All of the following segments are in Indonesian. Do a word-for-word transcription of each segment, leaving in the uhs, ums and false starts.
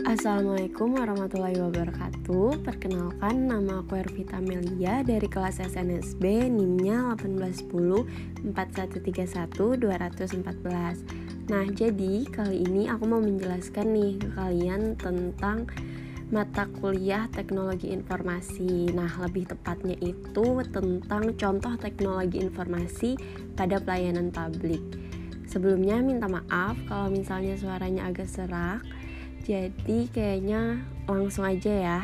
Assalamualaikum warahmatullahi wabarakatuh. Perkenalkan, nama aku Ervita Melia dari kelas S N S B, N I M-nya delapan belas sepuluh empat satu tiga satu dua empat belas. Nah, jadi kali ini aku mau menjelaskan nih ke kalian tentang mata kuliah teknologi informasi. Nah, lebih tepatnya itu tentang contoh teknologi informasi pada pelayanan publik. Sebelumnya minta maaf kalau misalnya suaranya agak serak. Jadi kayaknya langsung aja ya.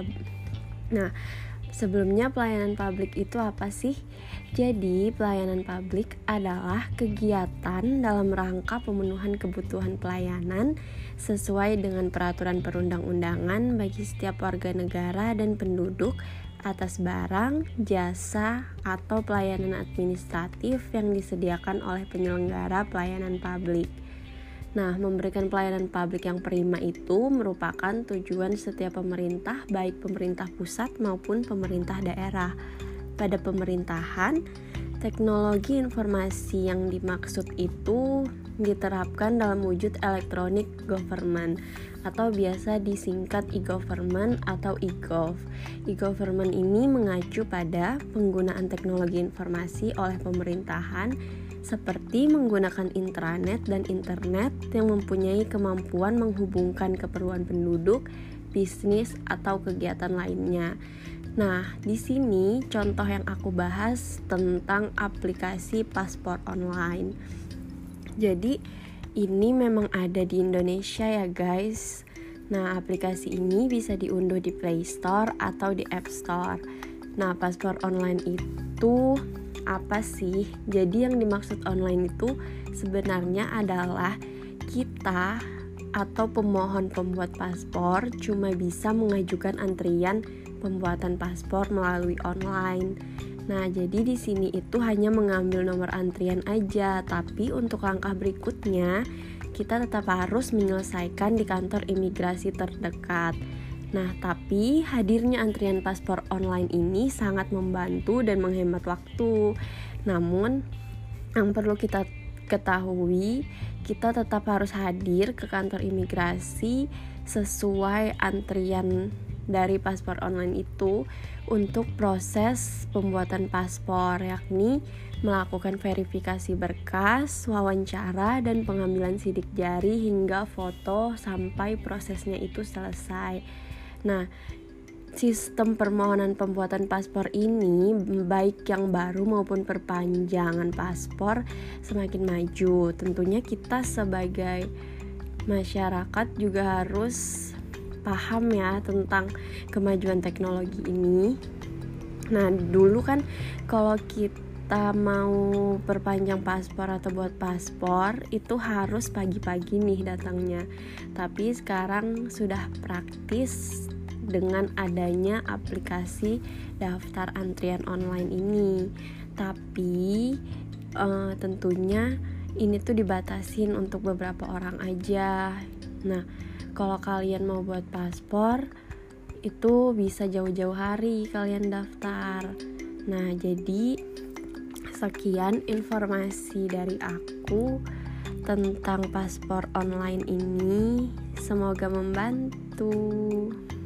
Nah, sebelumnya pelayanan publik itu apa sih? Jadi pelayanan publik adalah kegiatan dalam rangka pemenuhan kebutuhan pelayanan sesuai dengan peraturan perundang-undangan bagi setiap warga negara dan penduduk atas barang, jasa, atau pelayanan administratif yang disediakan oleh penyelenggara pelayanan publik. Nah, memberikan pelayanan publik yang prima itu merupakan tujuan setiap pemerintah, baik pemerintah pusat maupun pemerintah daerah. Pada pemerintahan, teknologi informasi yang dimaksud itu diterapkan dalam wujud electronic government atau biasa disingkat e-government atau e-gov. E-government ini mengacu pada penggunaan teknologi informasi oleh pemerintahan seperti menggunakan intranet dan internet yang mempunyai kemampuan menghubungkan keperluan penduduk, bisnis, atau kegiatan lainnya. Nah, di sini contoh yang aku bahas tentang aplikasi paspor online. Jadi, ini memang ada di Indonesia ya guys. Nah, aplikasi ini bisa diunduh di Play Store atau di App Store. Nah, paspor online itu apa sih? Jadi yang dimaksud online itu sebenarnya adalah kita atau pemohon pembuat paspor cuma bisa mengajukan antrian pembuatan paspor melalui online. Nah, jadi di sini itu hanya mengambil nomor antrian aja, tapi untuk langkah berikutnya kita tetap harus menyelesaikan di kantor imigrasi terdekat. Nah, tapi hadirnya antrian paspor online ini sangat membantu dan menghemat waktu. Namun, yang perlu kita ketahui, kita tetap harus hadir ke kantor imigrasi sesuai antrian dari paspor online itu untuk proses pembuatan paspor, yakni melakukan verifikasi berkas, wawancara, dan pengambilan sidik jari hingga foto sampai prosesnya itu selesai. Nah, sistem permohonan pembuatan paspor ini baik yang baru maupun perpanjangan paspor semakin maju. Tentunya kita sebagai masyarakat juga harus paham ya tentang kemajuan teknologi ini. Nah, dulu kan kalau kita mau perpanjang paspor atau buat paspor itu harus pagi-pagi nih datangnya. Tapi sekarang sudah praktis dengan adanya aplikasi daftar antrian online ini. Tapi uh, tentunya ini tuh dibatasin untuk beberapa orang aja. Nah, kalau kalian mau buat paspor itu bisa jauh-jauh hari kalian daftar. Nah, jadi sekian informasi dari aku tentang paspor online ini. Semoga membantu.